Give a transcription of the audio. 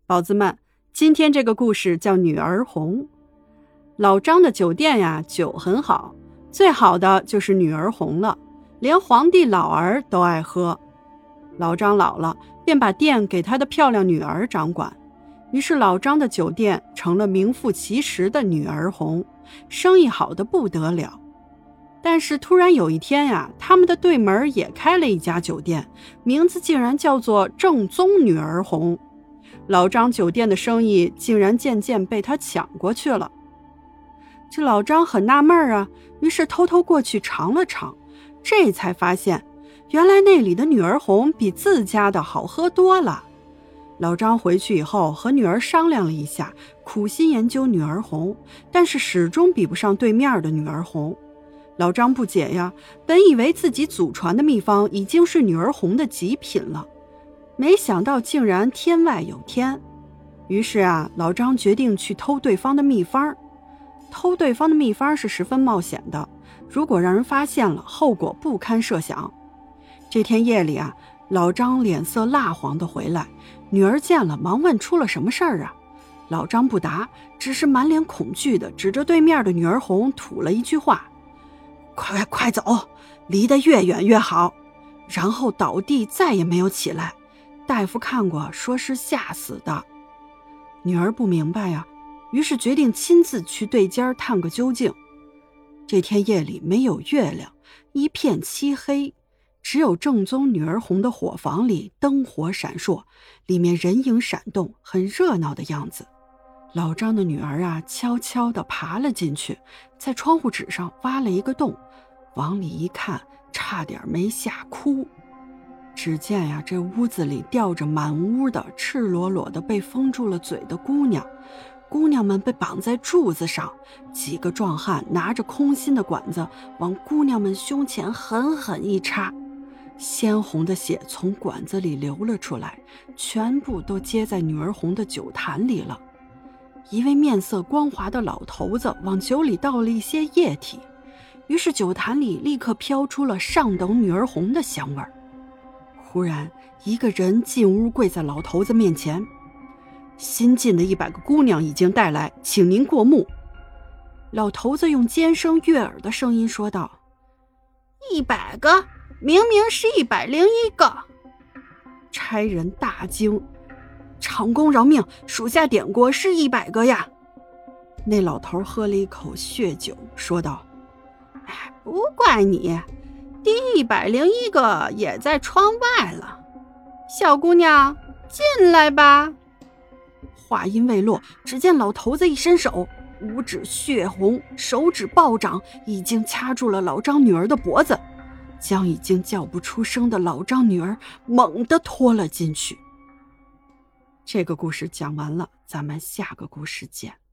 宝子们，今天这个故事叫女儿红。老张的酒店呀，酒很好，最好的就是女儿红了，连皇帝老儿都爱喝。老张老了，便把店给他的漂亮女儿掌管，于是老张的酒店成了名副其实的女儿红，生意好得不得了。但是突然有一天呀，他们的对门也开了一家酒店，名字竟然叫做正宗女儿红。老张酒店的生意竟然渐渐被他抢过去了。这老张很纳闷啊，于是偷偷过去尝了尝，这才发现原来那里的女儿红比自家的好喝多了。老张回去以后和女儿商量了一下，苦心研究女儿红，但是始终比不上对面的女儿红。老张不解呀，本以为自己祖传的秘方已经是女儿红的极品了，没想到竟然天外有天。于是啊，老张决定去偷对方的秘方。偷对方的秘方是十分冒险的，如果让人发现了，后果不堪设想。这天夜里啊，老张脸色蜡黄的回来，女儿见了忙问出了什么事儿啊。老张不答，只是满脸恐惧的指着对面的女儿红吐了一句话：快走，离得越远越好。然后倒地再也没有起来，大夫看过说是吓死的。女儿不明白呀，于是决定亲自去对尖探个究竟。这天夜里没有月亮，一片漆黑，只有正宗女儿红的伙房里灯火闪烁，里面人影闪动，很热闹的样子。老张的女儿啊，悄悄地爬了进去，在窗户纸上挖了一个洞，往里一看，差点没吓哭。只见呀，这屋子里吊着满屋的赤裸裸的被封住了嘴的姑娘，姑娘们被绑在柱子上，几个壮汉拿着空心的管子往姑娘们胸前狠狠一插，鲜红的血从管子里流了出来，全部都接在女儿红的酒坛里了。一位面色光滑的老头子往酒里倒了一些液体，于是酒坛里立刻飘出了上等女儿红的香味儿。忽然一个人进屋跪在老头子面前：新进的100个姑娘已经带来，请您过目。老头子用尖声悦耳的声音说道：100个，明明是101个。差人大惊：长工饶命，属下点过是100个呀。那老头喝了一口血酒说道：不怪你，第101个也在窗外了。小姑娘，进来吧。话音未落，只见老头子一伸手，五指血红，手指暴掌，已经掐住了老张女儿的脖子，将已经叫不出声的老张女儿猛地拖了进去。这个故事讲完了，咱们下个故事见。